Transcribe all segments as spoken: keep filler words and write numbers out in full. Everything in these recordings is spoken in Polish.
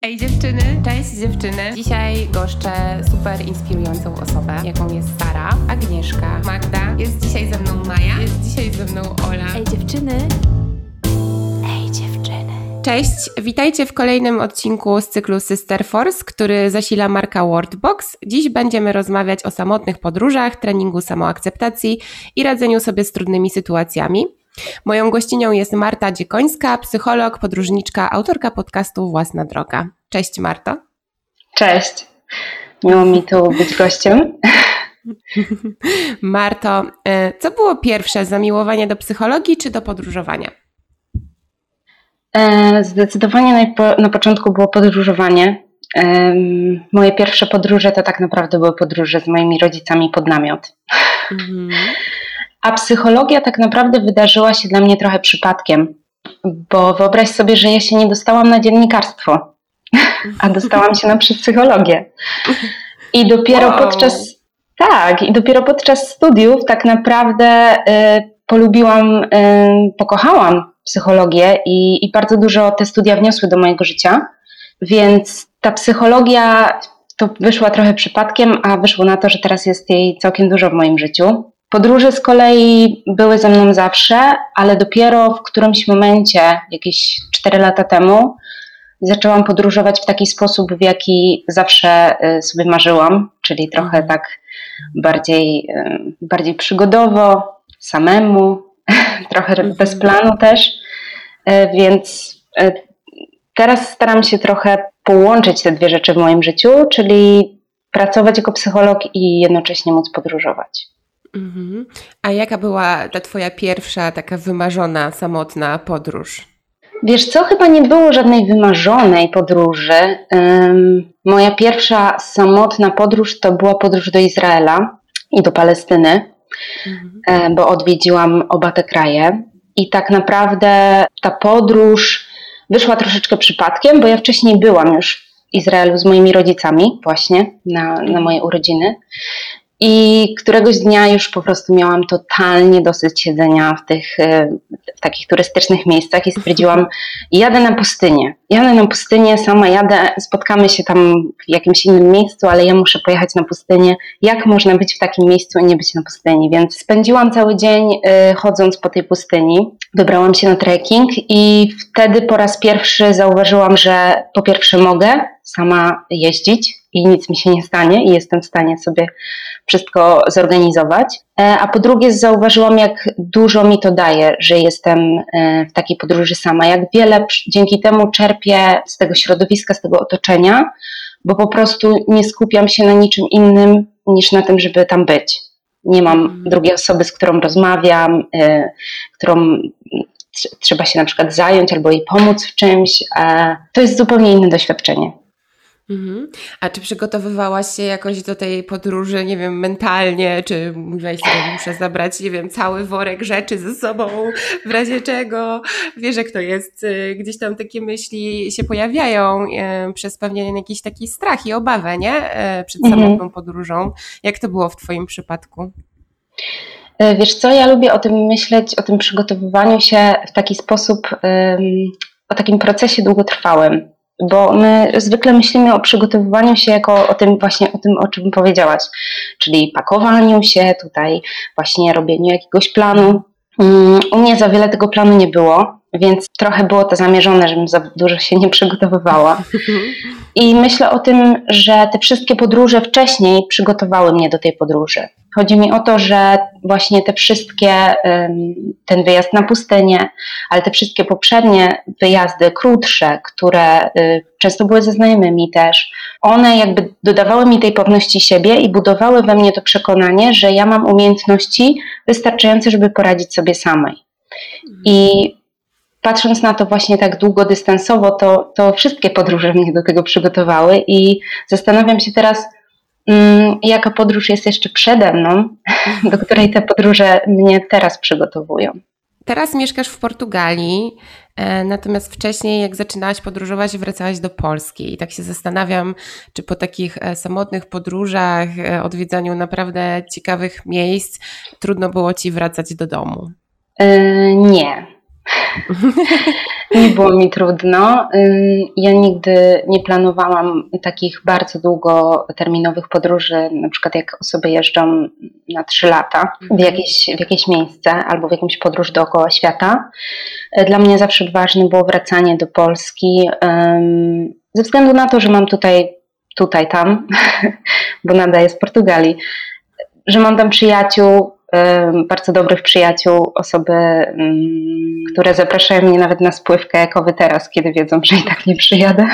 Ej dziewczyny, cześć dziewczyny. Dzisiaj goszczę super inspirującą osobę, jaką jest Sara, Agnieszka, Magda. Jest dzisiaj ze mną Maja, jest dzisiaj ze mną Ola. Ej dziewczyny. Ej dziewczyny. Cześć, witajcie w kolejnym odcinku z cyklu Sister Force, który zasila marka Wordbox. Dziś będziemy rozmawiać o samotnych podróżach, treningu samoakceptacji i radzeniu sobie z trudnymi sytuacjami. Moją gościnią jest Marta Dziekońska, psycholog, podróżniczka, autorka podcastu Własna Droga. Cześć Marto. Cześć, miło mi tu być gościem. Marto, co było pierwsze, zamiłowanie do psychologii czy do podróżowania? Zdecydowanie na początku było podróżowanie. Moje pierwsze podróże to tak naprawdę były podróże z moimi rodzicami pod namiot. Mhm. A psychologia tak naprawdę wydarzyła się dla mnie trochę przypadkiem, bo wyobraź sobie, że ja się nie dostałam na dziennikarstwo, a dostałam się na psychologię. I dopiero wow. podczas tak, i dopiero podczas studiów tak naprawdę y, polubiłam, y, pokochałam psychologię i, i bardzo dużo te studia wniosły do mojego życia, więc ta psychologia to wyszła trochę przypadkiem, a wyszło na to, że teraz jest jej całkiem dużo w moim życiu. Podróże z kolei były ze mną zawsze, ale dopiero w którymś momencie, jakieś cztery lata temu, zaczęłam podróżować w taki sposób, w jaki zawsze sobie marzyłam, czyli trochę tak bardziej, bardziej przygodowo, samemu, trochę bez planu też, więc teraz staram się trochę połączyć te dwie rzeczy w moim życiu, czyli pracować jako psycholog i jednocześnie móc podróżować. Mhm. A jaka była ta twoja pierwsza taka wymarzona, samotna podróż? Wiesz co, chyba nie było żadnej wymarzonej podróży. Um, moja pierwsza samotna podróż to była podróż do Izraela i do Palestyny, mhm. bo odwiedziłam oba te kraje. I tak naprawdę ta podróż wyszła troszeczkę przypadkiem, bo ja wcześniej byłam już w Izraelu z moimi rodzicami właśnie na, na moje urodziny. I któregoś dnia już po prostu miałam totalnie dosyć siedzenia w tych w takich turystycznych miejscach i stwierdziłam, jadę na pustynię. Jadę na pustynię, sama jadę, spotkamy się tam w jakimś innym miejscu, ale ja muszę pojechać na pustynię. Jak można być w takim miejscu i nie być na pustyni? Więc spędziłam cały dzień y, chodząc po tej pustyni. Wybrałam się na trekking i wtedy po raz pierwszy zauważyłam, że po pierwsze mogę sama jeździć i nic mi się nie stanie i jestem w stanie sobie wszystko zorganizować. A po drugie zauważyłam, jak dużo mi to daje, że jestem w takiej podróży sama. Jak wiele dzięki temu czerpię z tego środowiska, z tego otoczenia, bo po prostu nie skupiam się na niczym innym niż na tym, żeby tam być. Nie mam drugiej osoby, z którą rozmawiam, którą trzeba się na przykład zająć albo jej pomóc w czymś. To jest zupełnie inne doświadczenie. Mhm. A czy przygotowywałaś się jakoś do tej podróży, nie wiem, mentalnie, czy mówiłaś sobie, muszę zabrać, nie wiem, cały worek rzeczy ze sobą, w razie czego, wiesz jak to jest, gdzieś tam takie myśli się pojawiają e, przez pewnie jakiś taki strach i obawę, nie? E, przed samotną mhm. podróżą. Jak to było w twoim przypadku? Wiesz co, ja lubię o tym myśleć, o tym przygotowywaniu się w taki sposób, um, o takim procesie długotrwałym. Bo my zwykle myślimy o przygotowywaniu się jako o tym właśnie, o tym, o czym powiedziałaś, czyli pakowaniu się, tutaj właśnie robieniu jakiegoś planu. U mnie za wiele tego planu nie było, więc trochę było to zamierzone, żebym za dużo się nie przygotowywała. I myślę o tym, że te wszystkie podróże wcześniej przygotowały mnie do tej podróży. Chodzi mi o to, że właśnie te wszystkie, ten wyjazd na pustynię, ale te wszystkie poprzednie wyjazdy, krótsze, które często były ze znajomymi też, one jakby dodawały mi tej pewności siebie i budowały we mnie to przekonanie, że ja mam umiejętności wystarczające, żeby poradzić sobie samej. I patrząc na to właśnie tak długodystansowo, to, to wszystkie podróże mnie do tego przygotowały i zastanawiam się teraz, mm, jaka podróż jest jeszcze przede mną, do której te podróże mnie teraz przygotowują. Teraz mieszkasz w Portugalii, e, natomiast wcześniej jak zaczynałaś podróżować, wracałaś do Polski i tak się zastanawiam, czy po takich e, samotnych podróżach, e, odwiedzaniu naprawdę ciekawych miejsc, trudno było ci wracać do domu? Yy, nie. Nie było mi trudno. Ja nigdy nie planowałam takich bardzo długoterminowych podróży, na przykład jak osoby jeżdżą na trzy lata w jakieś, w jakieś miejsce albo w jakąś podróż dookoła świata. Dla mnie zawsze ważne było wracanie do Polski, ze względu na to, że mam tutaj, tutaj, tam, bo nadaję z Portugalii, że mam tam przyjaciół, bardzo dobrych przyjaciół, osoby, które zapraszają mnie nawet na spływkę jako wy teraz, kiedy wiedzą, że i tak nie przyjadę.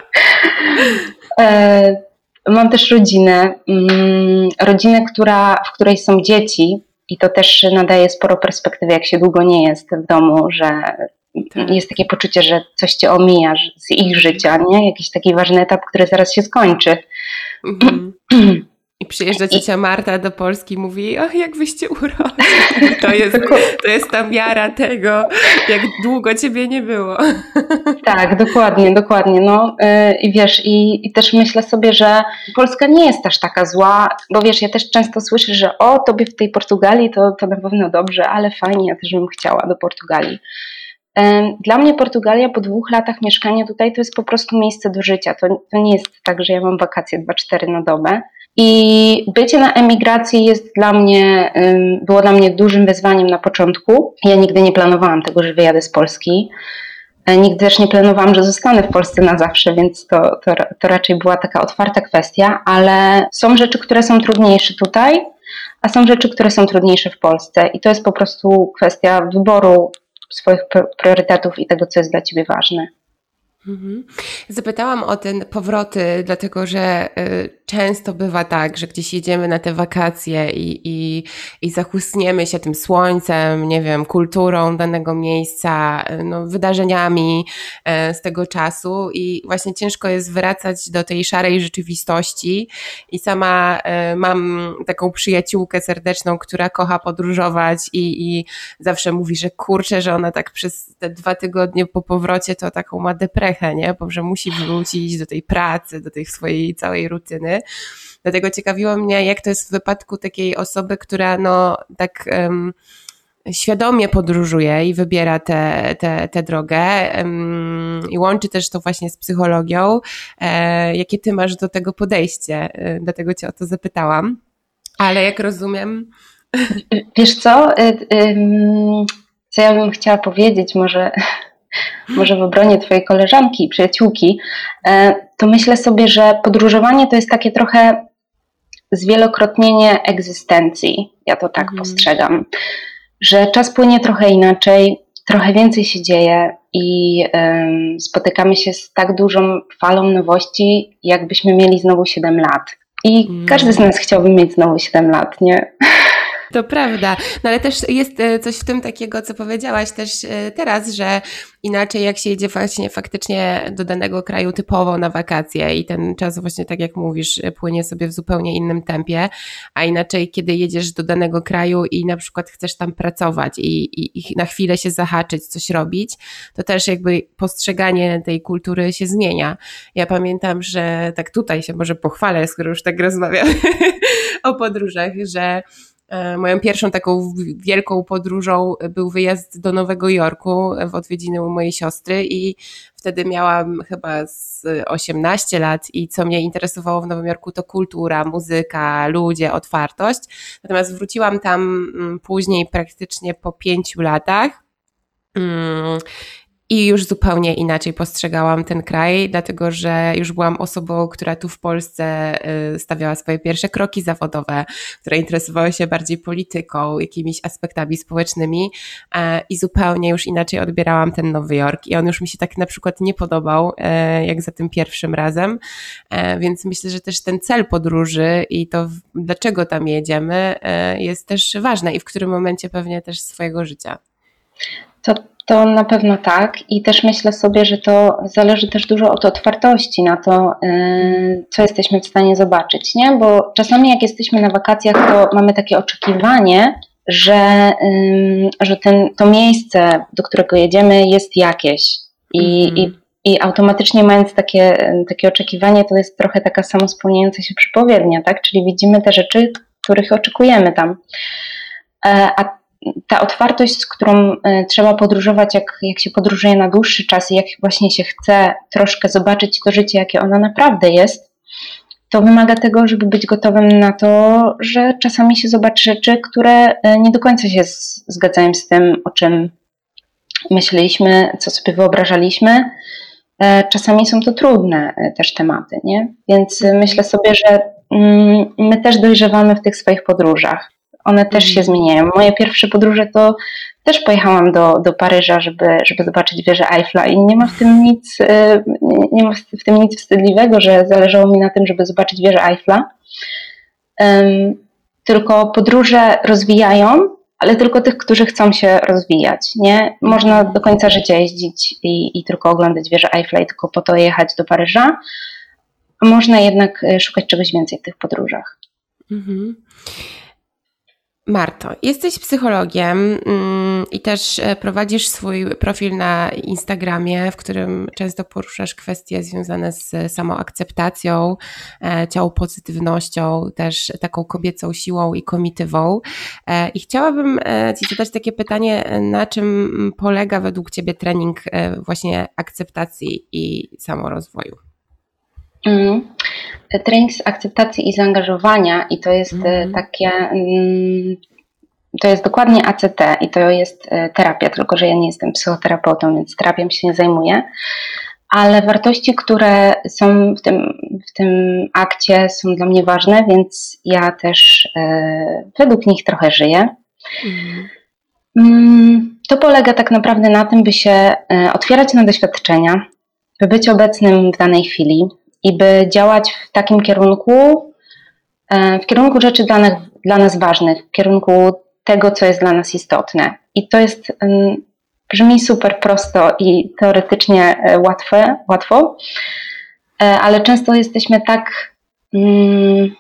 Mam też rodzinę, rodzinę, która, w której są dzieci i to też nadaje sporo perspektywy, jak się długo nie jest w domu, że tak. Jest takie poczucie, że coś cię omija z ich życia, nie? Jakiś taki ważny etap, który zaraz się skończy. Mhm. I przyjeżdża ciocia Marta do Polski i mówi, ach, jak wyście urodzili. To jest, to jest ta miara tego, jak długo ciebie nie było. Tak, dokładnie, dokładnie. No, yy, i wiesz, i, i też myślę sobie, że Polska nie jest aż taka zła, bo wiesz, ja też często słyszę, że o, tobie w tej Portugalii to, to na pewno dobrze, ale fajnie, ja też bym chciała do Portugalii. Dla mnie Portugalia po dwóch latach mieszkania tutaj to jest po prostu miejsce do życia. To, to nie jest tak, że ja mam wakacje dwa cztery na dobę. I bycie na emigracji jest dla mnie, było dla mnie dużym wyzwaniem na początku. Ja nigdy nie planowałam tego, że wyjadę z Polski. Nigdy też nie planowałam, że zostanę w Polsce na zawsze, więc to, to, to raczej była taka otwarta kwestia, ale są rzeczy, które są trudniejsze tutaj, a są rzeczy, które są trudniejsze w Polsce i to jest po prostu kwestia wyboru swoich priorytetów i tego, co jest dla ciebie ważne. Mhm. Zapytałam o te powroty, dlatego że y, często bywa tak, że gdzieś jedziemy na te wakacje i, i, i zachłysniemy się tym słońcem, nie wiem, kulturą danego miejsca, no, wydarzeniami y, z tego czasu i właśnie ciężko jest wracać do tej szarej rzeczywistości i sama y, mam taką przyjaciółkę serdeczną, która kocha podróżować i, i zawsze mówi, że kurczę, że ona tak przez te dwa tygodnie po powrocie to taką ma depresję, nie? Bo że musi wrócić do tej pracy, do tej swojej całej rutyny. Dlatego ciekawiło mnie, jak to jest w wypadku takiej osoby, która no tak um, świadomie podróżuje i wybiera tę te, te drogę um, i łączy też to właśnie z psychologią. E, jakie ty masz do tego podejście? E, dlatego cię o to zapytałam. Ale jak rozumiem... Wiesz co? Co ja bym chciała powiedzieć, może... może w obronie twojej koleżanki i przyjaciółki, to myślę sobie, że podróżowanie to jest takie trochę zwielokrotnienie egzystencji. Ja to tak mm. postrzegam, że czas płynie trochę inaczej, trochę więcej się dzieje i um, spotykamy się z tak dużą falą nowości, jakbyśmy mieli znowu siedem lat. I mm. każdy z nas chciałby mieć znowu siedem lat, nie? To prawda, no ale też jest coś w tym takiego, co powiedziałaś też teraz, że inaczej jak się jedzie właśnie faktycznie do danego kraju typowo na wakacje i ten czas właśnie tak jak mówisz płynie sobie w zupełnie innym tempie, a inaczej kiedy jedziesz do danego kraju i na przykład chcesz tam pracować i, i, i na chwilę się zahaczyć, coś robić, to też jakby postrzeganie tej kultury się zmienia. Ja pamiętam, że tak tutaj się może pochwalę, skoro już tak rozmawiamy o podróżach, że moją pierwszą taką wielką podróżą był wyjazd do Nowego Jorku w odwiedziny u mojej siostry i wtedy miałam chyba z osiemnaście lat i co mnie interesowało w Nowym Jorku to kultura, muzyka, ludzie, otwartość. Natomiast wróciłam tam później praktycznie po pięciu latach. I już zupełnie inaczej postrzegałam ten kraj, dlatego że już byłam osobą, która tu w Polsce stawiała swoje pierwsze kroki zawodowe, która interesowała się bardziej polityką, jakimiś aspektami społecznymi i zupełnie już inaczej odbierałam ten Nowy Jork i on już mi się tak na przykład nie podobał, jak za tym pierwszym razem, więc myślę, że też ten cel podróży i to dlaczego tam jedziemy jest też ważne i w którym momencie pewnie też swojego życia. To To na pewno tak i też myślę sobie, że to zależy też dużo od otwartości na to, co jesteśmy w stanie zobaczyć, nie? Bo czasami jak jesteśmy na wakacjach, to mamy takie oczekiwanie, że, że ten, to miejsce, do którego jedziemy jest jakieś i, mm. i, i automatycznie mając takie, takie oczekiwanie, to jest trochę taka samospełniająca się przypowiednia, tak? Czyli widzimy te rzeczy, których oczekujemy tam. A ta otwartość, z którą trzeba podróżować, jak, jak się podróżuje na dłuższy czas i jak właśnie się chce troszkę zobaczyć to życie, jakie ono naprawdę jest, to wymaga tego, żeby być gotowym na to, że czasami się zobaczy rzeczy, które nie do końca się z, zgadzają z tym, o czym myśleliśmy, co sobie wyobrażaliśmy. Czasami są to trudne też tematy, nie? Więc myślę sobie, że my też dojrzewamy w tych swoich podróżach. One też się zmieniają. Moje pierwsze podróże to też pojechałam do, do Paryża, żeby, żeby zobaczyć wieżę Eiffla i nie ma w tym nic, nie ma w tym nic wstydliwego, że zależało mi na tym, żeby zobaczyć wieżę Eiffla. Um, tylko podróże rozwijają, ale tylko tych, którzy chcą się rozwijać. Nie można do końca życia jeździć i, i tylko oglądać wieżę Eiffla i tylko po to jechać do Paryża. Można jednak szukać czegoś więcej w tych podróżach. Mhm. Marto, jesteś psychologiem mm, i też prowadzisz swój profil na Instagramie, w którym często poruszasz kwestie związane z samoakceptacją, e, ciałopozytywnością, też taką kobiecą siłą i komitywą. E, I chciałabym e, Ci zadać takie pytanie, na czym polega według Ciebie trening e, właśnie akceptacji i samorozwoju? Mm. Trening z akceptacji i zaangażowania i to jest mm. takie, to jest dokładnie A C T i to jest terapia, tylko że ja nie jestem psychoterapeutą, więc terapią się nie zajmuję, ale wartości, które są w tym, w tym akcie są dla mnie ważne, więc ja też e, według nich trochę żyję. Mm. To polega tak naprawdę na tym, by się otwierać na doświadczenia, by być obecnym w danej chwili, i by działać w takim kierunku, w kierunku rzeczy dla nas, dla nas ważnych, w kierunku tego, co jest dla nas istotne. I to jest, brzmi super prosto i teoretycznie łatwe, łatwo, ale często jesteśmy tak, um,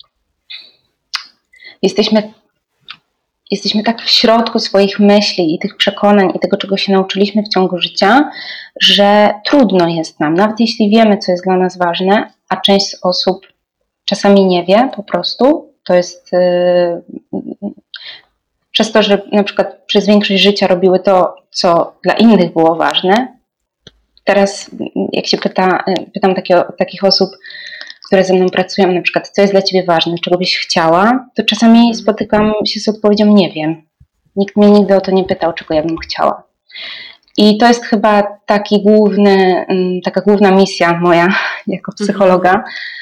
jesteśmy, jesteśmy tak w środku swoich myśli i tych przekonań i tego, czego się nauczyliśmy w ciągu życia, że trudno jest nam, nawet jeśli wiemy, co jest dla nas ważne, a część z osób czasami nie wie po prostu, to jest yy, przez to, że na przykład przez większość życia robiły to, co dla innych było ważne. Teraz jak się pyta, pytam takie, takich osób, które ze mną pracują, na przykład, co jest dla Ciebie ważne, czego byś chciała, to czasami spotykam się z odpowiedzią, nie wiem. Nikt mnie nigdy o to nie pytał, czego ja bym chciała. I to jest chyba taki główny, taka główna misja moja jako psychologa,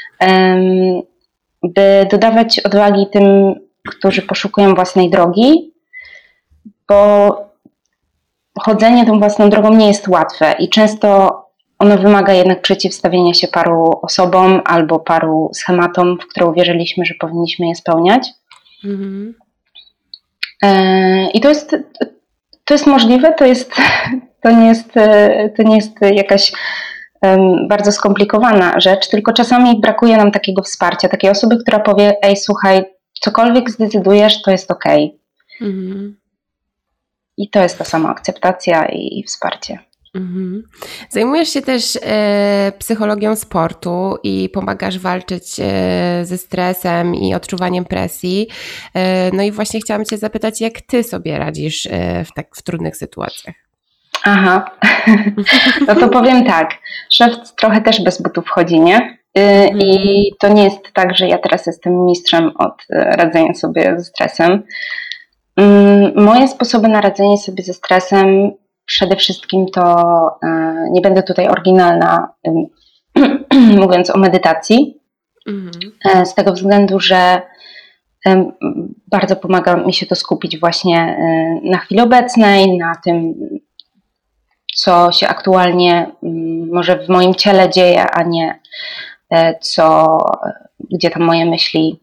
by dodawać odwagi tym, którzy poszukują własnej drogi, bo chodzenie tą własną drogą nie jest łatwe i często ono wymaga jednak przeciwstawienia się paru osobom albo paru schematom, w które uwierzyliśmy, że powinniśmy je spełniać. Mm-hmm. I to jest, to jest możliwe, to, jest, to, nie jest, to nie jest jakaś um, bardzo skomplikowana rzecz, tylko czasami brakuje nam takiego wsparcia, takiej osoby, która powie, ej słuchaj, cokolwiek zdecydujesz, to jest okej. Okay. Mm-hmm. I to jest ta sama akceptacja i, i wsparcie. Mhm. Zajmujesz się też e, psychologią sportu i pomagasz walczyć e, ze stresem i odczuwaniem presji. E, no i właśnie chciałam Cię zapytać, jak Ty sobie radzisz e, w, tak, w trudnych sytuacjach? Aha, no to powiem tak, szef trochę też bez butów chodzi, nie? Mhm. I to nie jest tak, że ja teraz jestem mistrzem od radzenia sobie ze stresem. Moje sposoby na radzenie sobie ze stresem przede wszystkim to, nie będę tutaj oryginalna mówiąc o medytacji, mm. z tego względu, że bardzo pomaga mi się to skupić właśnie na chwili obecnej, na tym, co się aktualnie może w moim ciele dzieje, a nie co, gdzie tam moje myśli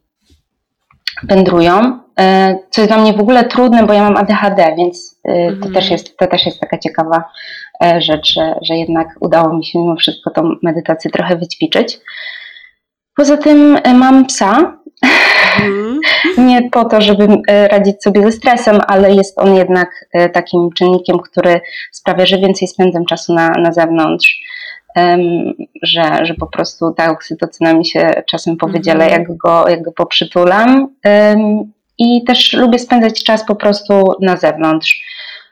wędrują. Co jest dla mnie w ogóle trudne, bo ja mam A D H D, więc to, mhm. też, jest, to też jest taka ciekawa rzecz, że, że jednak udało mi się mimo wszystko tą medytację trochę wyćwiczyć. Poza tym mam psa. Mhm. Nie po to, żeby radzić sobie ze stresem, ale jest on jednak takim czynnikiem, który sprawia, że więcej spędzam czasu na, na zewnątrz. Um, że, że po prostu ta oksytocyna mi się czasem powiedziela, mm. jak, go, jak go poprzytulam. Um, i też lubię spędzać czas po prostu na zewnątrz.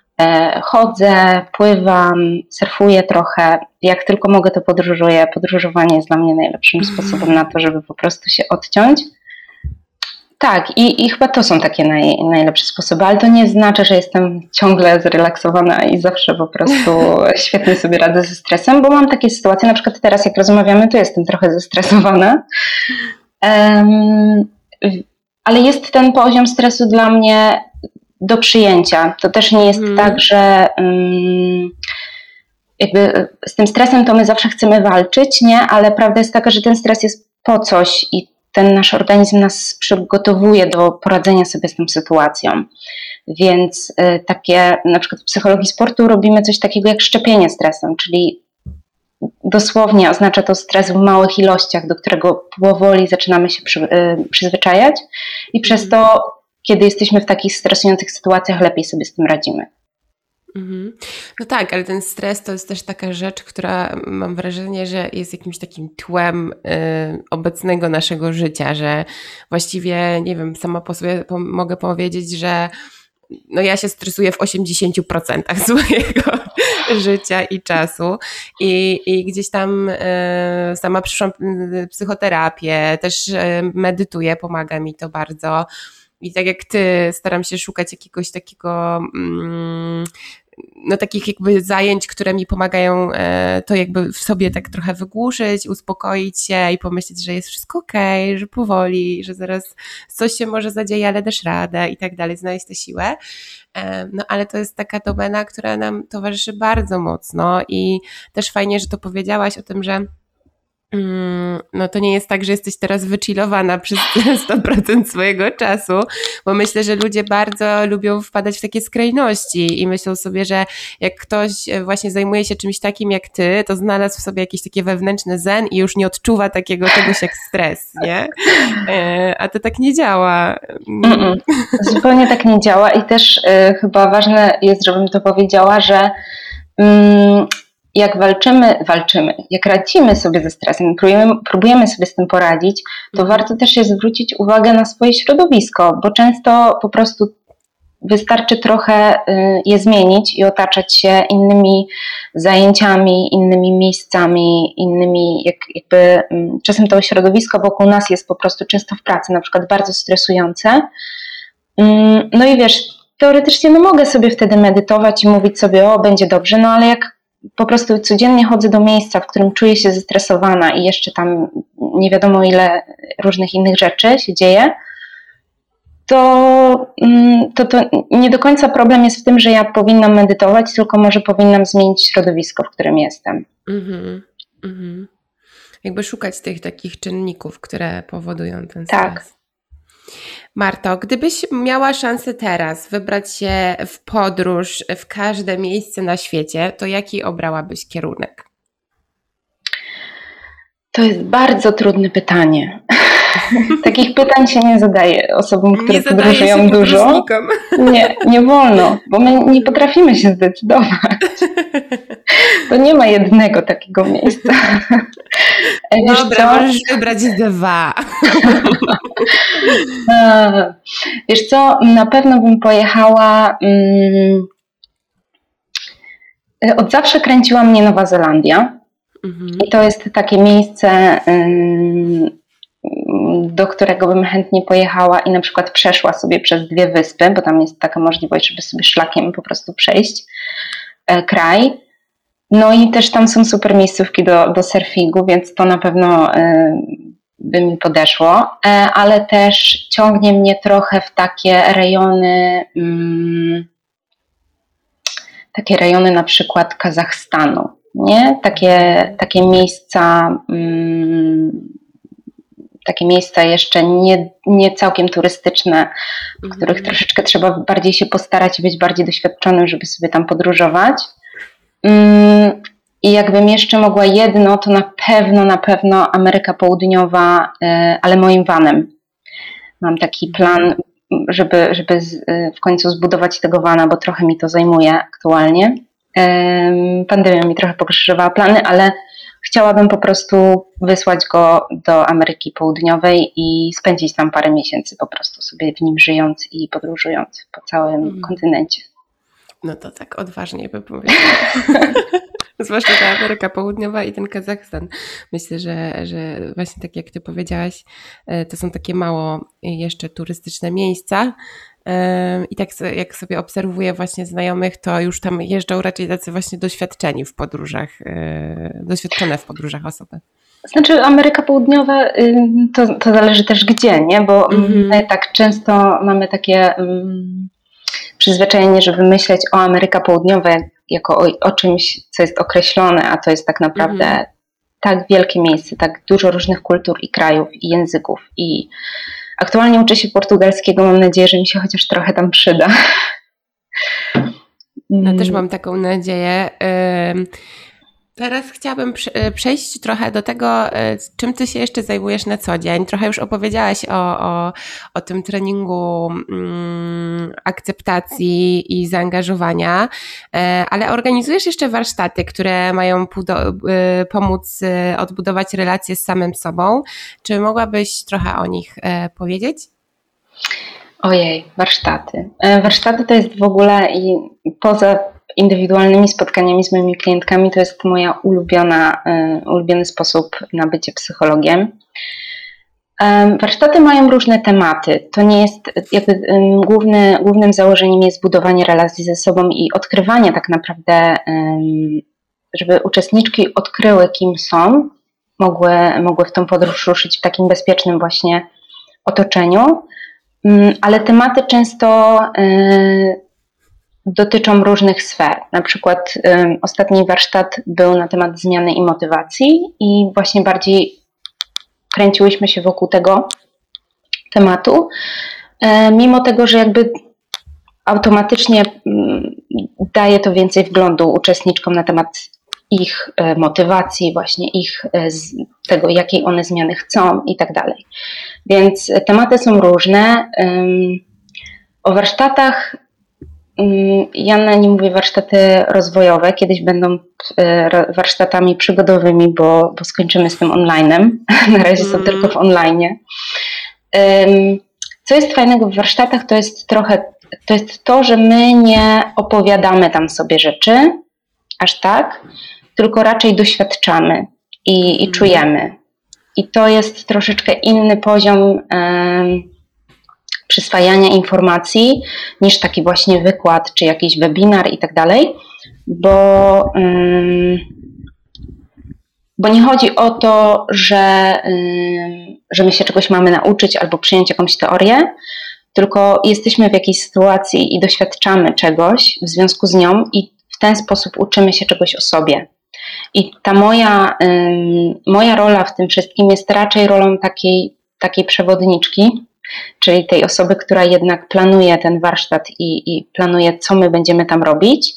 Chodzę, pływam, surfuję trochę. Jak tylko mogę, to podróżuję. Podróżowanie jest dla mnie najlepszym sposobem na to, żeby po prostu się odciąć. Tak, i, i chyba to są takie naj, najlepsze sposoby, ale to nie znaczy, że jestem ciągle zrelaksowana i zawsze po prostu świetnie sobie radzę ze stresem, bo mam takie sytuacje, na przykład teraz jak rozmawiamy, to jestem trochę zestresowana. Um, ale jest ten poziom stresu dla mnie do przyjęcia. To też nie jest hmm. tak, że um, jakby z tym stresem to my zawsze chcemy walczyć, nie? Ale prawda jest taka, że ten stres jest po coś i ten nasz organizm nas przygotowuje do poradzenia sobie z tą sytuacją. Więc y, takie, na przykład w psychologii sportu robimy coś takiego jak szczepienie stresem, czyli dosłownie oznacza to stres w małych ilościach, do którego powoli zaczynamy się przy, y, przyzwyczajać i przez to, kiedy jesteśmy w takich stresujących sytuacjach, lepiej sobie z tym radzimy. Mhm. No tak, ale ten stres to jest też taka rzecz, która mam wrażenie, że jest jakimś takim tłem y, obecnego naszego życia, że właściwie, nie wiem, sama po sobie po, mogę powiedzieć, że no ja się stresuję w osiemdziesiąt procent swojego życia i czasu i, i gdzieś tam y, sama przyszłam psychoterapię, też y, medytuję, pomaga mi to bardzo. I tak jak ty, staram się szukać jakiegoś takiego, mm, no takich jakby zajęć, które mi pomagają e, to jakby w sobie tak trochę wygłuszyć, uspokoić się i pomyśleć, że jest wszystko okej, okay, że powoli, że zaraz coś się może zadzieje, ale dasz radę i tak dalej, znaleźć tę siłę. E, no ale to jest taka domena, która nam towarzyszy bardzo mocno i też fajnie, że to powiedziałaś o tym, że no to nie jest tak, że jesteś teraz wychillowana przez sto procent swojego czasu, bo myślę, że ludzie bardzo lubią wpadać w takie skrajności i myślą sobie, że jak ktoś właśnie zajmuje się czymś takim jak ty, to znalazł w sobie jakieś takie wewnętrzne zen i już nie odczuwa takiego czegoś jak stres, nie? A to tak nie działa. Mm-mm. Zupełnie tak nie działa i też y, chyba ważne jest, żebym to powiedziała, że mm, jak walczymy, walczymy, jak radzimy sobie ze stresem, próbujemy, próbujemy sobie z tym poradzić, to mhm. warto też jest zwrócić uwagę na swoje środowisko, bo często po prostu wystarczy trochę je zmienić i otaczać się innymi zajęciami, innymi miejscami, innymi, jak, jakby czasem to środowisko wokół nas jest po prostu często w pracy, na przykład bardzo stresujące. No i wiesz, teoretycznie no mogę sobie wtedy medytować i mówić sobie, o, będzie dobrze, no ale jak po prostu codziennie chodzę do miejsca, w którym czuję się zestresowana i jeszcze tam nie wiadomo ile różnych innych rzeczy się dzieje, to, to, to nie do końca problem jest w tym, że ja powinnam medytować, tylko może powinnam zmienić środowisko, w którym jestem. Mhm, mhm. Jakby szukać tych takich czynników, które powodują ten stres. Tak. Marto, gdybyś miała szansę teraz wybrać się w podróż w każde miejsce na świecie, to jaki obrałabyś kierunek? To jest bardzo trudne pytanie. Takich pytań się nie zadaje osobom, które nie podróżują dużo. Nie, nie wolno, bo my nie potrafimy się zdecydować. To nie ma jednego takiego miejsca. Wiesz Dobra, co? Możesz wybrać dwa. Wiesz co, na pewno bym pojechała... Um, od zawsze kręciła mnie Nowa Zelandia. Mhm. I to jest takie miejsce... Um, do którego bym chętnie pojechała i na przykład przeszła sobie przez dwie wyspy, bo tam jest taka możliwość, żeby sobie szlakiem po prostu przejść e, kraj. No i też tam są super miejscówki do, do surfingu, więc to na pewno e, by mi podeszło, e, ale też ciągnie mnie trochę w takie rejony, mm, takie rejony na przykład Kazachstanu, nie? Takie, takie miejsca... Mm, takie miejsca jeszcze nie, nie całkiem turystyczne, w mm. których troszeczkę trzeba bardziej się postarać i być bardziej doświadczonym, żeby sobie tam podróżować. Mm, I jakbym jeszcze mogła jedno, to na pewno, na pewno Ameryka Południowa, ale moim vanem. Mam taki plan, żeby, żeby z, w końcu zbudować tego vana, bo trochę mi to zajmuje aktualnie. Pandemia mi trochę pokrzyżowała plany, ale chciałabym po prostu wysłać go do Ameryki Południowej i spędzić tam parę miesięcy po prostu sobie w nim żyjąc i podróżując po całym mm. kontynencie. No to tak odważnie by powiedziała. Zwłaszcza ta Ameryka Południowa i ten Kazachstan. Myślę, że, że właśnie tak jak ty powiedziałaś, to są takie mało jeszcze turystyczne miejsca. I tak jak sobie obserwuję właśnie znajomych, to już tam jeżdżą raczej tacy właśnie doświadczeni w podróżach, doświadczone w podróżach osoby. Znaczy Ameryka Południowa to, to zależy też gdzie, nie? Bo mm-hmm. my tak często mamy takie um, przyzwyczajenie, żeby myśleć o Ameryce Południowej jako o, o czymś, co jest określone, a to jest tak naprawdę mm-hmm. tak wielkie miejsce, tak dużo różnych kultur i krajów i języków. I aktualnie uczę się portugalskiego, mam nadzieję, że mi się chociaż trochę tam przyda. Ja też mam taką nadzieję. Teraz chciałabym przejść trochę do tego, czym ty się jeszcze zajmujesz na co dzień. Trochę już opowiedziałaś o, o, o tym treningu mm, akceptacji i zaangażowania, ale organizujesz jeszcze warsztaty, które mają pudo- pomóc odbudować relacje z samym sobą. Czy mogłabyś trochę o nich powiedzieć? Ojej, warsztaty. Warsztaty to jest w ogóle i poza indywidualnymi spotkaniami z moimi klientkami to jest moja ulubiona, ulubiony sposób na bycie psychologiem. Warsztaty mają różne tematy. To nie jest jakby główny, głównym założeniem jest budowanie relacji ze sobą i odkrywanie tak naprawdę, żeby uczestniczki odkryły, kim są, mogły, mogły w tą podróż ruszyć w takim bezpiecznym właśnie otoczeniu. Ale tematy często y, dotyczą różnych sfer. Na przykład y, ostatni warsztat był na temat zmiany i motywacji i właśnie bardziej kręciłyśmy się wokół tego tematu, y, mimo tego, że jakby automatycznie y, daje to więcej wglądu uczestniczkom na temat ich y, motywacji, właśnie ich y, z tego, jakiej one zmiany chcą i tak dalej. Więc tematy są różne. O warsztatach, ja na nie mówię warsztaty rozwojowe, kiedyś będą warsztatami przygodowymi, bo, bo skończymy z tym online'em. Na razie są tylko w online. Co jest fajnego w warsztatach, to jest trochę to, jest to, że my nie opowiadamy tam sobie rzeczy, aż tak, tylko raczej doświadczamy i, i czujemy. I to jest troszeczkę inny poziom um, przyswajania informacji niż taki właśnie wykład, czy jakiś webinar i tak dalej, bo, um, bo nie chodzi o to, że, um, że my się czegoś mamy nauczyć albo przyjąć jakąś teorię, tylko jesteśmy w jakiejś sytuacji i doświadczamy czegoś w związku z nią i w ten sposób uczymy się czegoś o sobie. I ta moja, ym, moja rola w tym wszystkim jest raczej rolą takiej, takiej przewodniczki, czyli tej osoby, która jednak planuje ten warsztat i, i planuje, co my będziemy tam robić,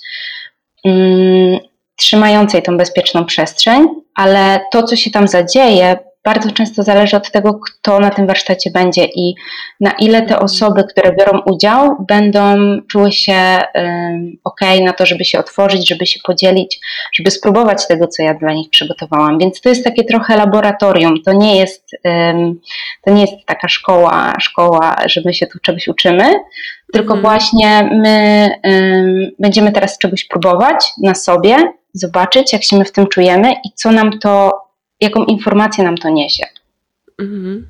ym, trzymającej tą bezpieczną przestrzeń, ale to, co się tam zadzieje, bardzo często zależy od tego, kto na tym warsztacie będzie i na ile te osoby, które biorą udział, będą czuły się um, okej na to, żeby się otworzyć, żeby się podzielić, żeby spróbować tego, co ja dla nich przygotowałam. Więc to jest takie trochę laboratorium. To nie jest, um, to nie jest taka szkoła, szkoła, że my się tu czegoś uczymy, tylko hmm. właśnie my um, będziemy teraz czegoś próbować na sobie, zobaczyć, jak się my w tym czujemy i co nam to jaką informację nam to niesie. Mhm.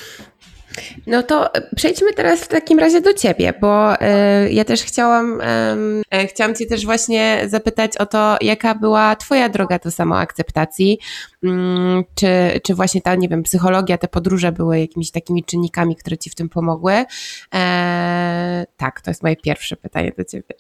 No to przejdźmy teraz w takim razie do ciebie, bo y, ja też chciałam, y, chciałam cię też właśnie zapytać o to, jaka była twoja droga do samoakceptacji, y, czy, czy właśnie ta, nie wiem, psychologia, te podróże były jakimiś takimi czynnikami, które ci w tym pomogły. E, tak, to jest moje pierwsze pytanie do ciebie.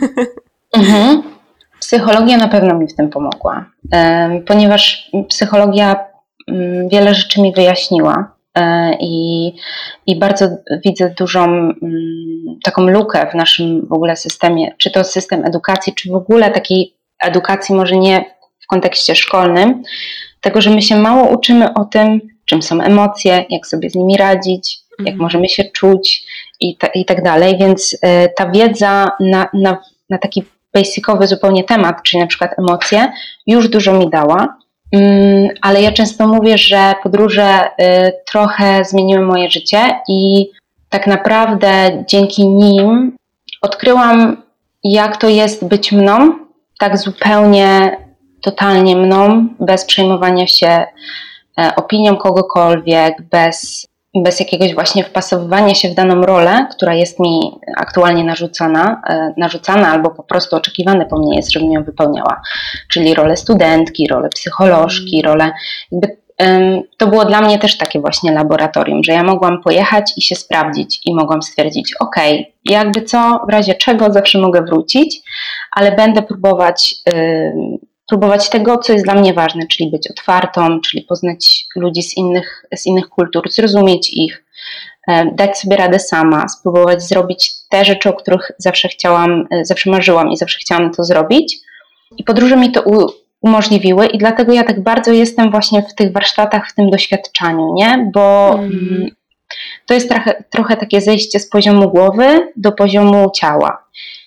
Mhm. Psychologia na pewno mi w tym pomogła, ponieważ psychologia wiele rzeczy mi wyjaśniła i, i bardzo widzę dużą taką lukę w naszym w ogóle systemie, czy to system edukacji, czy w ogóle takiej edukacji może nie w kontekście szkolnym, tego, że my się mało uczymy o tym, czym są emocje, jak sobie z nimi radzić, jak mhm. możemy się czuć i, ta, i tak dalej, więc ta wiedza na, na, na taki basicowy zupełnie temat, czyli na przykład emocje, już dużo mi dała ale ja często mówię, że podróże trochę zmieniły moje życie i tak naprawdę dzięki nim odkryłam, jak to jest być mną, tak zupełnie, totalnie mną, bez przejmowania się opinią kogokolwiek, bez, bez jakiegoś właśnie wpasowywania się w daną rolę, która jest mi aktualnie narzucana, narzucana albo po prostu oczekiwane po mnie jest, żebym ją wypełniała. Czyli rolę studentki, rolę psycholożki, rolę jakby to było dla mnie też takie właśnie laboratorium, że ja mogłam pojechać i się sprawdzić i mogłam stwierdzić, okej, okay, jakby co, w razie czego zawsze mogę wrócić, ale będę próbować, yy, próbować tego, co jest dla mnie ważne, czyli być otwartą, czyli poznać ludzi z innych, z innych kultur, zrozumieć ich, yy, dać sobie radę sama, spróbować zrobić te rzeczy, o których zawsze chciałam, yy, zawsze marzyłam i zawsze chciałam to zrobić. I podróże mi to u, umożliwiły i dlatego ja tak bardzo jestem właśnie w tych warsztatach, w tym doświadczaniu, nie? Bo mm. to jest trochę, trochę takie zejście z poziomu głowy do poziomu ciała.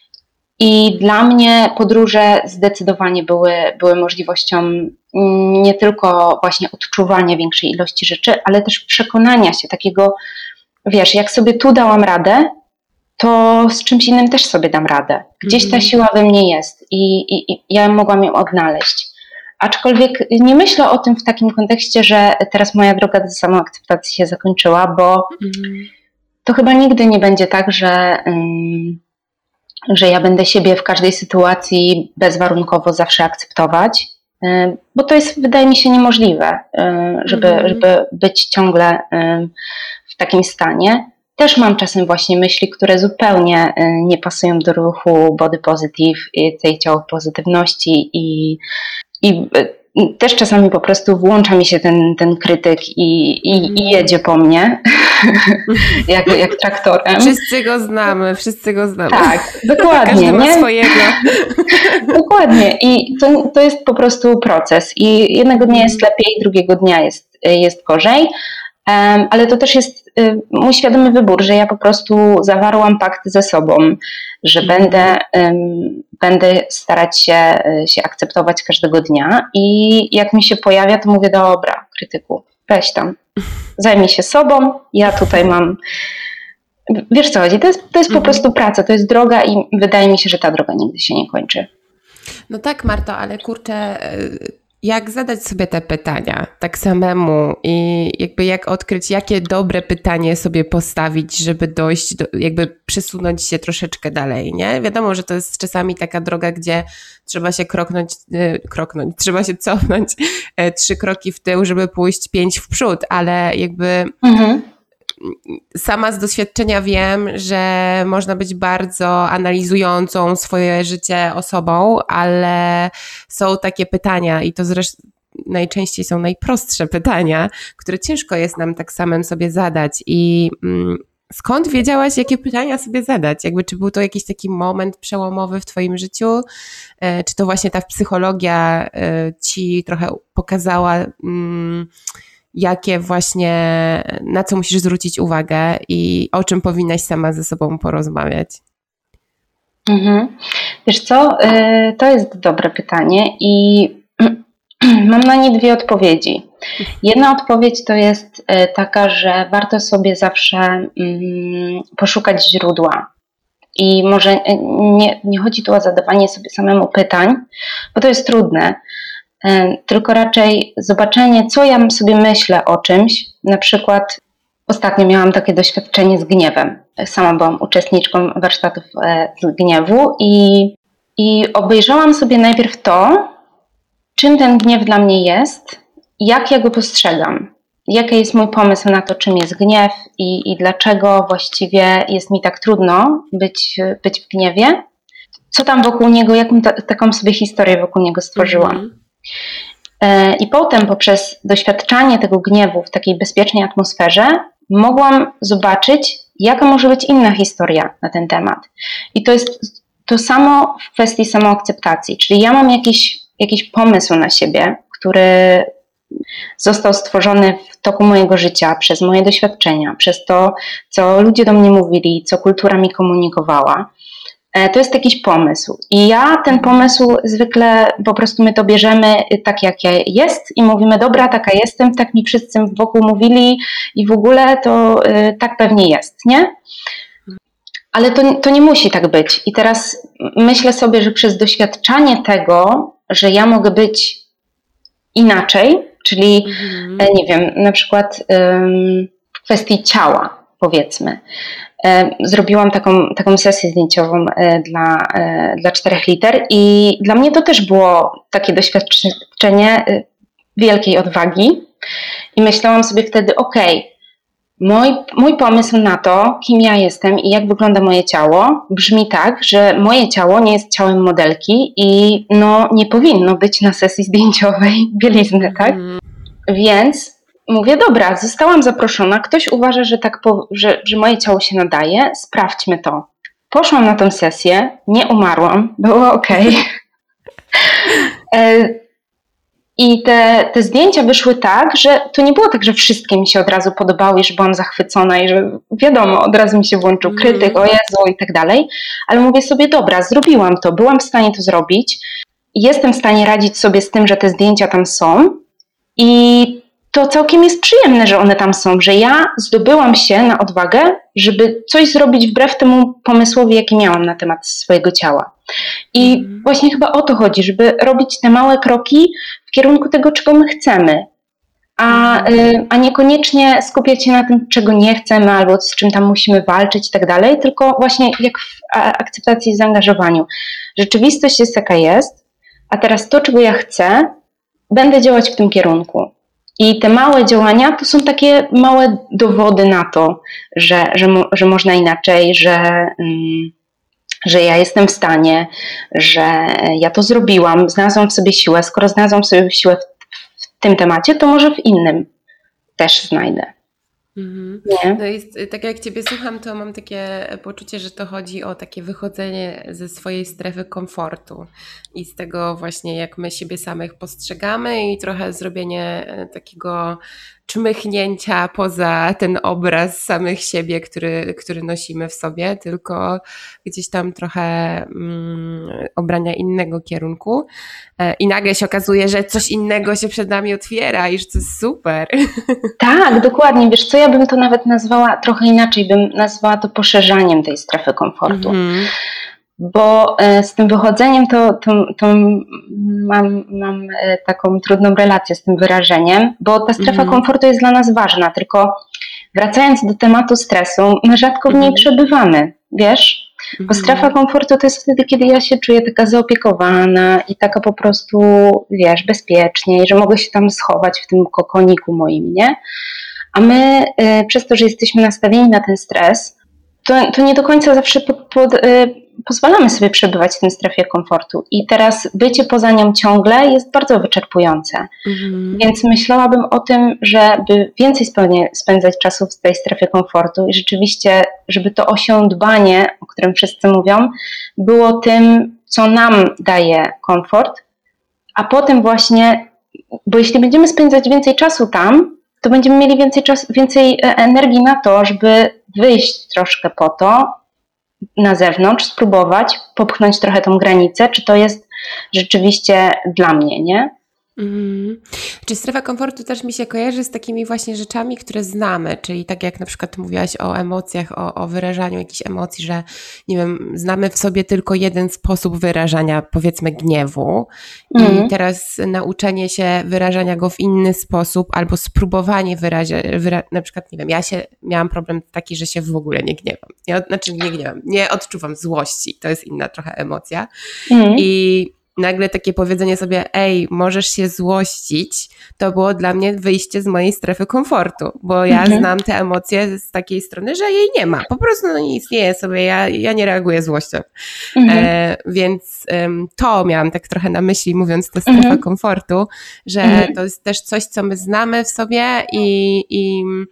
I dla mnie podróże zdecydowanie były, były możliwością nie tylko właśnie odczuwania większej ilości rzeczy, ale też przekonania się takiego, wiesz, jak sobie tu dałam radę, to z czymś innym też sobie dam radę. Gdzieś ta siła we mnie jest i, i, i ja mogłam ją odnaleźć. Aczkolwiek nie myślę o tym w takim kontekście, że teraz moja droga do samoakceptacji się zakończyła, bo mm. to chyba nigdy nie będzie tak, że, um, że ja będę siebie w każdej sytuacji bezwarunkowo zawsze akceptować, um, bo to jest, wydaje mi się, niemożliwe, um, żeby, mm. żeby być ciągle um, w takim stanie. Też mam czasem właśnie myśli, które zupełnie nie pasują do ruchu body positive i tej ciało pozytywności i, i też czasami po prostu włącza mi się ten, ten krytyk i, i, i jedzie po mnie jak, jak traktorem. Wszyscy go znamy, wszyscy go znamy. Tak, dokładnie. Każdy ma nie? swojego. Dokładnie i to, to jest po prostu proces i jednego dnia jest lepiej, drugiego dnia jest, jest gorzej. Um, ale to też jest y, mój świadomy wybór, że ja po prostu zawarłam pakt ze sobą, że mm. będę, um, będę starać się, y, się akceptować każdego dnia i jak mi się pojawia, to mówię, dobra, krytyku, weź tam, zajmij się sobą, ja tutaj mam, wiesz co chodzi, to jest, to jest mm. po prostu praca, to jest droga i wydaje mi się, że ta droga nigdy się nie kończy. No tak, Marto, ale kurczę, jak zadać sobie te pytania tak samemu i jakby jak odkryć, jakie dobre pytanie sobie postawić, żeby dojść, do, jakby przesunąć się troszeczkę dalej, nie? Wiadomo, że to jest czasami taka droga, gdzie trzeba się kroknąć, yy, kroknąć, trzeba się cofnąć yy, trzy kroki w tył, żeby pójść pięć w przód, ale jakby mhm. sama z doświadczenia wiem, że można być bardzo analizującą swoje życie osobą, ale są takie pytania i to zresztą najczęściej są najprostsze pytania, które ciężko jest nam tak samym sobie zadać i mm, skąd wiedziałaś, jakie pytania sobie zadać? Jakby czy był to jakiś taki moment przełomowy w twoim życiu? E, czy to właśnie ta psychologia e, ci trochę pokazała mm, jakie właśnie, na co musisz zwrócić uwagę i o czym powinnaś sama ze sobą porozmawiać? Mhm. Wiesz co, to jest dobre pytanie i mam na nie dwie odpowiedzi. Jedna odpowiedź to jest taka, że warto sobie zawsze poszukać źródła. I może nie, nie chodzi tu o zadawanie sobie samemu pytań, bo to jest trudne, tylko raczej zobaczenie, co ja sobie myślę o czymś. Na przykład ostatnio miałam takie doświadczenie z gniewem. Sama byłam uczestniczką warsztatów z gniewu i, i obejrzałam sobie najpierw to, czym ten gniew dla mnie jest, jak ja go postrzegam, jaki jest mój pomysł na to, czym jest gniew i, i dlaczego właściwie jest mi tak trudno być, być w gniewie, co tam wokół niego, jaką ta, taką sobie historię wokół niego stworzyłam. Mhm. I potem poprzez doświadczanie tego gniewu w takiej bezpiecznej atmosferze mogłam zobaczyć, jaka może być inna historia na ten temat. I to jest to samo w kwestii samoakceptacji, czyli ja mam jakiś, jakiś pomysł na siebie, który został stworzony w toku mojego życia, przez moje doświadczenia, przez to, co ludzie do mnie mówili, co kultura mi komunikowała. to jest jakiś pomysł. I ja ten pomysł zwykle po prostu my to bierzemy tak, jak jest i mówimy, dobra, taka jestem, tak mi wszyscy wokół mówili i w ogóle to y, tak pewnie jest, nie? Ale to, to nie musi tak być. I teraz myślę sobie, że przez doświadczanie tego, że ja mogę być inaczej, czyli mhm. nie wiem, na przykład ym, w kwestii ciała, powiedzmy. Zrobiłam taką, taką sesję zdjęciową dla, dla czterech liter i dla mnie to też było takie doświadczenie wielkiej odwagi i myślałam sobie wtedy, okej, okay, mój, mój pomysł na to, kim ja jestem i jak wygląda moje ciało, brzmi tak, że moje ciało nie jest ciałem modelki i no, nie powinno być na sesji zdjęciowej bielizny, tak? Mm. Więc mówię, dobra, zostałam zaproszona, ktoś uważa, że, tak po, że, że moje ciało się nadaje, sprawdźmy to. Poszłam na tę sesję, nie umarłam, było okej. Okay. I te, te zdjęcia wyszły tak, że to nie było tak, że wszystkie mi się od razu podobały i że byłam zachwycona i że wiadomo, od razu mi się włączył krytyk, o Jezu i tak dalej, ale mówię sobie, dobra, zrobiłam to, byłam w stanie to zrobić, jestem w stanie radzić sobie z tym, że te zdjęcia tam są i to całkiem jest przyjemne, że one tam są, że ja zdobyłam się na odwagę, żeby coś zrobić wbrew temu pomysłowi, jaki miałam na temat swojego ciała. I mm. właśnie chyba o to chodzi, żeby robić te małe kroki w kierunku tego, czego my chcemy, a, y, a niekoniecznie skupiać się na tym, czego nie chcemy albo z czym tam musimy walczyć i tak dalej, tylko właśnie jak w akceptacji i zaangażowaniu. Rzeczywistość jest jaka jest, a teraz to, czego ja chcę, będę działać w tym kierunku. I te małe działania to są takie małe dowody na to, że, że, mo, że można inaczej, że, mm, że ja jestem w stanie, że ja to zrobiłam, znalazłam w sobie siłę. Skoro znalazłam w sobie siłę w, w tym temacie, to może w innym też znajdę. Mhm. No i tak jak Ciebie słucham, to mam takie poczucie, że to chodzi o takie wychodzenie ze swojej strefy komfortu i z tego właśnie, jak my siebie samych postrzegamy i trochę zrobienie takiego czmychnięcia poza ten obraz samych siebie, który, który nosimy w sobie, tylko gdzieś tam trochę mm, obrania innego kierunku i nagle się okazuje, że coś innego się przed nami otwiera i że to jest super. Tak, dokładnie. Wiesz co, ja bym to nawet nazwała trochę inaczej, bym nazwała to poszerzaniem tej strefy komfortu. Mm-hmm. Bo z tym wychodzeniem to, to, to mam, mam taką trudną relację z tym wyrażeniem, bo ta strefa mm. komfortu jest dla nas ważna, tylko wracając do tematu stresu, my rzadko w niej mm. przebywamy, wiesz? Mm. Bo strefa komfortu to jest wtedy, kiedy ja się czuję taka zaopiekowana i taka po prostu, wiesz, bezpiecznie i że mogę się tam schować w tym kokoniku moim, nie? A my y, przez to, że jesteśmy nastawieni na ten stres, to, to nie do końca zawsze pod, pod, y, pozwalamy sobie przebywać w tej strefie komfortu i teraz bycie poza nią ciągle jest bardzo wyczerpujące. Mhm. Więc myślałabym o tym, żeby więcej spędzać czasu w tej strefie komfortu i rzeczywiście, żeby to osiądbanie, o którym wszyscy mówią, było tym, co nam daje komfort, a potem właśnie, bo jeśli będziemy spędzać więcej czasu tam, to będziemy mieli więcej czasu, więcej energii na to, żeby wyjść troszkę po to, na zewnątrz, spróbować, popchnąć trochę tą granicę, czy to jest rzeczywiście dla mnie, nie? Mm. Czy strefa komfortu też mi się kojarzy z takimi właśnie rzeczami, które znamy, czyli tak jak na przykład mówiłaś o emocjach, o, o wyrażaniu jakichś emocji, że nie wiem, znamy w sobie tylko jeden sposób wyrażania, powiedzmy gniewu mm. i teraz nauczenie się wyrażania go w inny sposób albo spróbowanie wyrazić, wyra- na przykład nie wiem, ja się miałam problem taki, że się w ogóle nie gniewam, ja, znaczy nie gniewam, nie odczuwam złości, to jest inna trochę emocja mm. i nagle takie powiedzenie sobie, ej, możesz się złościć, to było dla mnie wyjście z mojej strefy komfortu, bo ja mhm. znam te emocje z takiej strony, że jej nie ma. Po prostu no, nie istnieje sobie, ja, ja nie reaguję złością. Mhm. E, więc um, to miałam tak trochę na myśli, mówiąc ta strefa mhm. komfortu, że mhm. to jest też coś, co my znamy w sobie i, i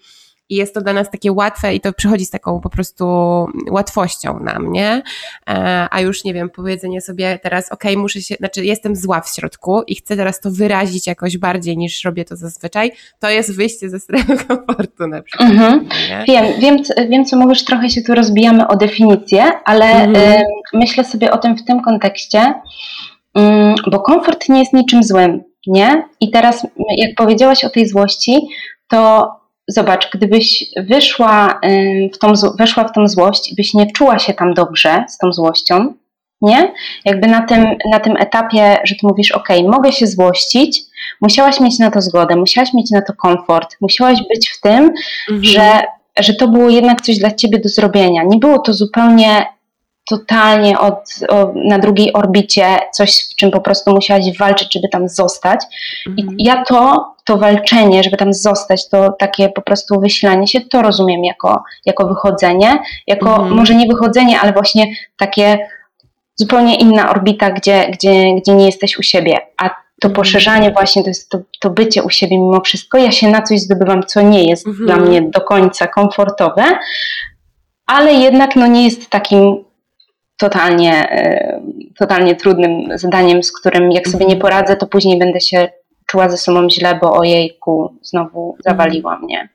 i jest to dla nas takie łatwe i to przychodzi z taką po prostu łatwością nam, nie? A już, nie wiem, powiedzenie sobie teraz, okej, okay, muszę się, znaczy jestem zła w środku i chcę teraz to wyrazić jakoś bardziej niż robię to zazwyczaj, to jest wyjście ze strefy komfortu na przykład. Mhm. Wiem, wiem, wiem, co mówisz, trochę się tu rozbijamy o definicję, ale mhm. y, myślę sobie o tym w tym kontekście, y, bo komfort nie jest niczym złym, nie? I teraz, jak powiedziałaś o tej złości, to zobacz, gdybyś wyszła w tą, weszła w tą złość i byś nie czuła się tam dobrze z tą złością, nie? Jakby na tym, na tym etapie, że ty mówisz, ok, mogę się złościć, musiałaś mieć na to zgodę, musiałaś mieć na to komfort, musiałaś być w tym, mhm. że, że to było jednak coś dla ciebie do zrobienia. Nie było to zupełnie totalnie od, o, na drugiej orbicie, coś, w czym po prostu musiałaś walczyć, żeby tam zostać. Mhm. I ja to, to walczenie, żeby tam zostać, to takie po prostu wysilanie się, to rozumiem jako, jako wychodzenie, jako mhm. może nie wychodzenie, ale właśnie takie zupełnie inna orbita, gdzie, gdzie, gdzie nie jesteś u siebie. A to poszerzanie właśnie, to jest to, to bycie u siebie mimo wszystko. Ja się na coś zdobywam, co nie jest mhm. dla mnie do końca komfortowe, ale jednak no nie jest takim totalnie, totalnie trudnym zadaniem, z którym jak sobie nie poradzę, to później będę się czuła ze sobą źle, bo ojejku, znowu zawaliła mnie.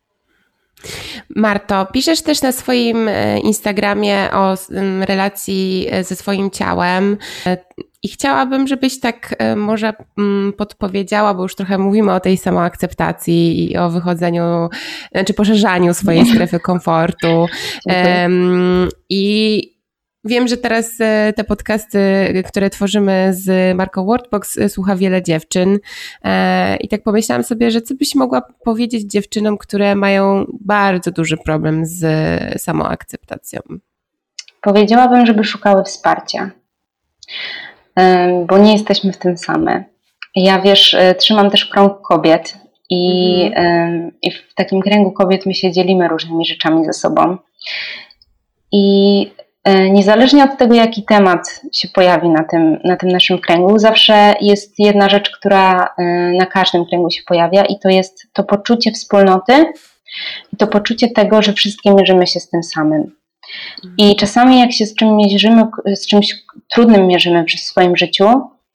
Marto, piszesz też na swoim Instagramie o relacji ze swoim ciałem i chciałabym, żebyś tak może podpowiedziała, bo już trochę mówimy o tej samoakceptacji i o wychodzeniu, znaczy poszerzaniu swojej strefy komfortu. um, i Wiem, że teraz te podcasty, które tworzymy z marką Wordbox, słucha wiele dziewczyn i tak pomyślałam sobie, że co byś mogła powiedzieć dziewczynom, które mają bardzo duży problem z samoakceptacją? Powiedziałabym, żeby szukały wsparcia, bo nie jesteśmy w tym same. Ja wiesz, trzymam też krąg kobiet i, mhm. i w takim kręgu kobiet my się dzielimy różnymi rzeczami ze sobą i niezależnie od tego, jaki temat się pojawi na tym, na tym naszym kręgu, zawsze jest jedna rzecz, która na każdym kręgu się pojawia i to jest to poczucie wspólnoty i to poczucie tego, że wszystkie mierzymy się z tym samym. I czasami jak się z czymś mierzymy, z czymś trudnym mierzymy w swoim życiu,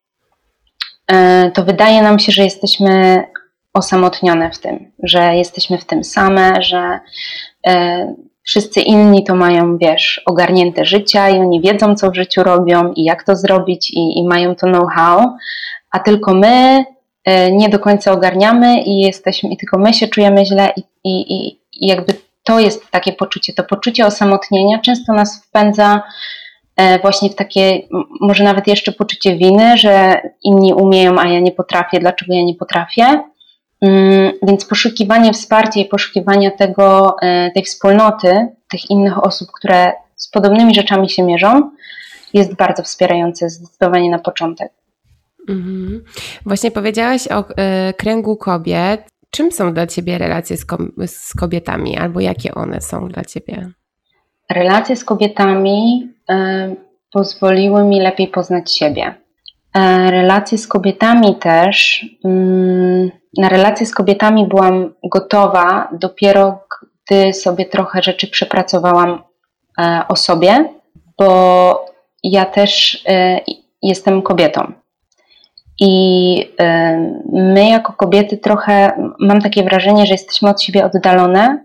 to wydaje nam się, że jesteśmy osamotnione w tym, że jesteśmy w tym same, że wszyscy inni to mają, wiesz, ogarnięte życia i oni wiedzą, co w życiu robią i jak to zrobić i, i mają to know-how, a tylko my y, nie do końca ogarniamy i jesteśmy, i tylko my się czujemy źle i, i, i jakby to jest takie poczucie, to poczucie osamotnienia często nas wpędza y, właśnie w takie, może nawet jeszcze poczucie winy, że inni umieją, a ja nie potrafię, dlaczego ja nie potrafię. Więc poszukiwanie wsparcia i poszukiwanie tego, tej wspólnoty, tych innych osób, które z podobnymi rzeczami się mierzą, jest bardzo wspierające zdecydowanie na początek. Mhm. Właśnie powiedziałaś o y, kręgu kobiet. Czym są dla Ciebie relacje z, kom- z kobietami albo jakie one są dla Ciebie? Relacje z kobietami y, pozwoliły mi lepiej poznać siebie. Y, relacje z kobietami też... Y, Na relacje z kobietami byłam gotowa dopiero, gdy sobie trochę rzeczy przepracowałam e, o sobie, bo ja też e, jestem kobietą. I e, my jako kobiety trochę, mam takie wrażenie, że jesteśmy od siebie oddalone,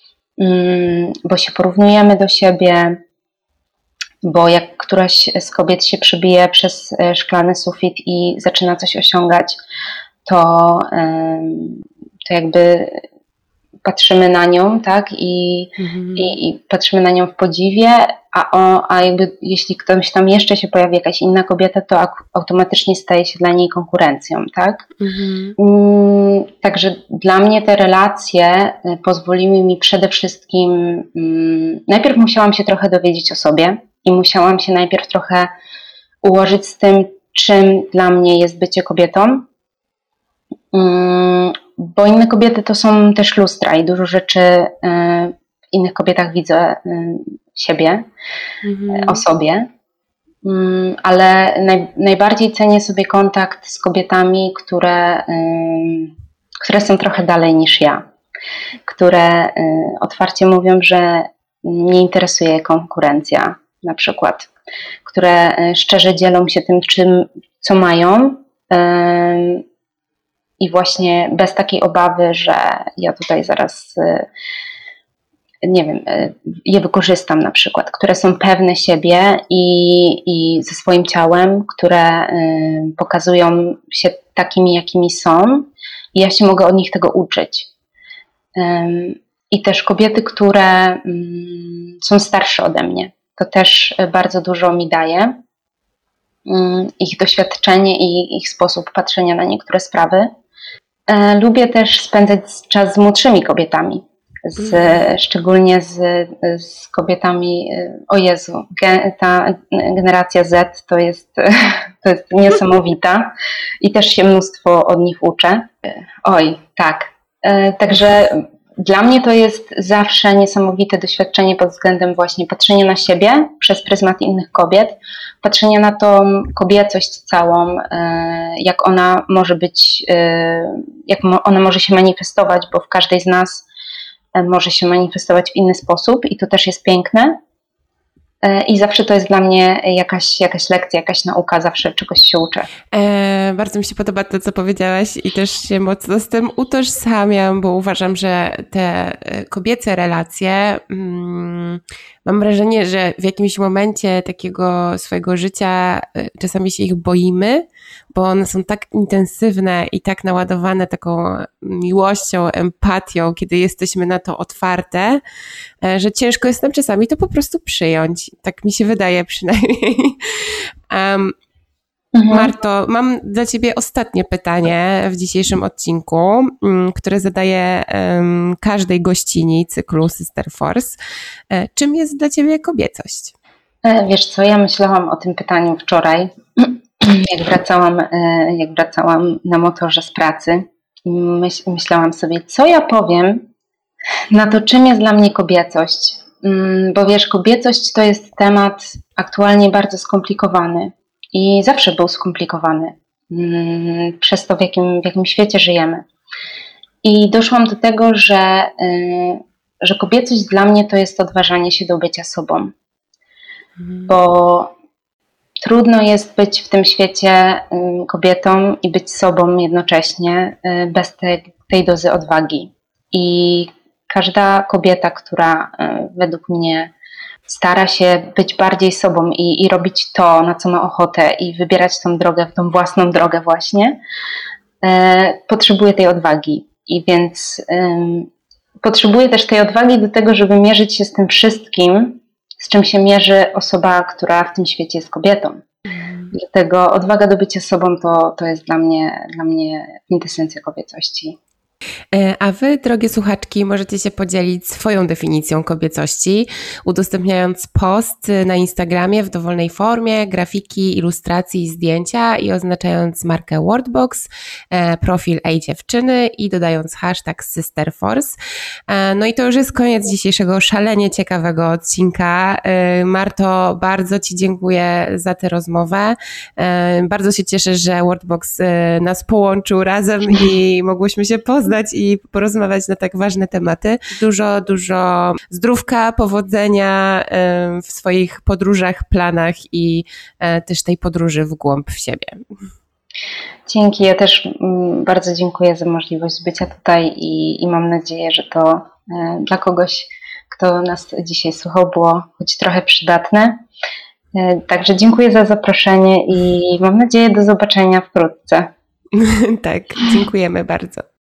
mm, bo się porównujemy do siebie, bo jak któraś z kobiet się przebije przez szklany sufit i zaczyna coś osiągać, to, to jakby patrzymy na nią, tak, i, mhm. i, i patrzymy na nią w podziwie, a, o, a jakby jeśli ktoś tam jeszcze się pojawi, jakaś inna kobieta, to automatycznie staje się dla niej konkurencją, tak. Mhm. Um, także dla mnie te relacje pozwoliły mi przede wszystkim, um, najpierw musiałam się trochę dowiedzieć o sobie i musiałam się najpierw trochę ułożyć z tym, czym dla mnie jest bycie kobietą, bo inne kobiety to są też lustra i dużo rzeczy w innych kobietach widzę siebie, mhm. o sobie, ale naj, najbardziej cenię sobie kontakt z kobietami, które, które są trochę dalej niż ja. które otwarcie mówią, że nie interesuje je konkurencja na przykład, które szczerze dzielą się tym, czym, co mają i właśnie bez takiej obawy, że ja tutaj zaraz nie wiem, je wykorzystam na przykład, które są pewne siebie i, i ze swoim ciałem, które pokazują się takimi, jakimi są i ja się mogę od nich tego uczyć. I też kobiety, które są starsze ode mnie. To też bardzo dużo mi daje. Ich doświadczenie i ich sposób patrzenia na niektóre sprawy. Lubię też spędzać czas z młodszymi kobietami. Z, szczególnie z, z kobietami, o Jezu, gen, ta generacja Z to jest, to jest niesamowita i też się mnóstwo od nich uczę. Oj, tak. Także dla mnie to jest zawsze niesamowite doświadczenie pod względem właśnie patrzenia na siebie przez pryzmat innych kobiet, patrzenia na tą kobiecość całą, jak ona może być, jak ona może się manifestować, bo w każdej z nas może się manifestować w inny sposób i to też jest piękne. I zawsze to jest dla mnie jakaś, jakaś lekcja, jakaś nauka, zawsze czegoś się uczę. E, bardzo mi się podoba to, co powiedziałaś i też się mocno z tym utożsamiam, bo uważam, że te kobiece relacje, mm, mam wrażenie, że w jakimś momencie takiego swojego życia czasami się ich boimy, bo one są tak intensywne i tak naładowane taką miłością, empatią, kiedy jesteśmy na to otwarte, że ciężko jest nam czasami to po prostu przyjąć. Tak mi się wydaje przynajmniej. Um, mhm. Marto, mam dla Ciebie ostatnie pytanie w dzisiejszym odcinku, które zadaję um, każdej gościni cyklu Sister Force. Czym jest dla Ciebie kobiecość? Wiesz co, ja myślałam o tym pytaniu wczoraj, jak wracałam, jak wracałam na motorze z pracy i myśl, myślałam sobie, co ja powiem na to, czym jest dla mnie kobiecość. Bo wiesz, kobiecość to jest temat aktualnie bardzo skomplikowany i zawsze był skomplikowany przez to, w jakim, w jakim świecie żyjemy. I doszłam do tego, że, że kobiecość dla mnie to jest odważanie się do bycia sobą. Bo trudno jest być w tym świecie kobietą i być sobą jednocześnie bez tej, tej dozy odwagi. I każda kobieta, która według mnie stara się być bardziej sobą i, i robić to, na co ma ochotę i wybierać tą drogę, tą własną drogę właśnie, e, potrzebuje tej odwagi. I więc e, potrzebuje też tej odwagi do tego, żeby mierzyć się z tym wszystkim, z czym się mierzy osoba, która w tym świecie jest kobietą. Dlatego odwaga do bycia sobą to, to jest dla mnie, dla mnie kwintesencja kobiecości. A Wy, drogie słuchaczki, możecie się podzielić swoją definicją kobiecości, udostępniając post na Instagramie w dowolnej formie, grafiki, ilustracji, zdjęcia i oznaczając markę Wordbox, profil Ej Dziewczyny i dodając hashtag SisterForce. No i to już jest koniec dzisiejszego szalenie ciekawego odcinka. Marto, bardzo Ci dziękuję za tę rozmowę. Bardzo się cieszę, że Wordbox nas połączył razem i mogłyśmy się poznać i porozmawiać na tak ważne tematy. Dużo, dużo zdrówka, powodzenia w swoich podróżach, planach i też tej podróży w głąb w siebie. Dzięki, ja też bardzo dziękuję za możliwość bycia tutaj i, i mam nadzieję, że to dla kogoś, kto nas dzisiaj słuchał, było choć trochę przydatne. Także dziękuję za zaproszenie i mam nadzieję do zobaczenia wkrótce. Tak, dziękujemy bardzo.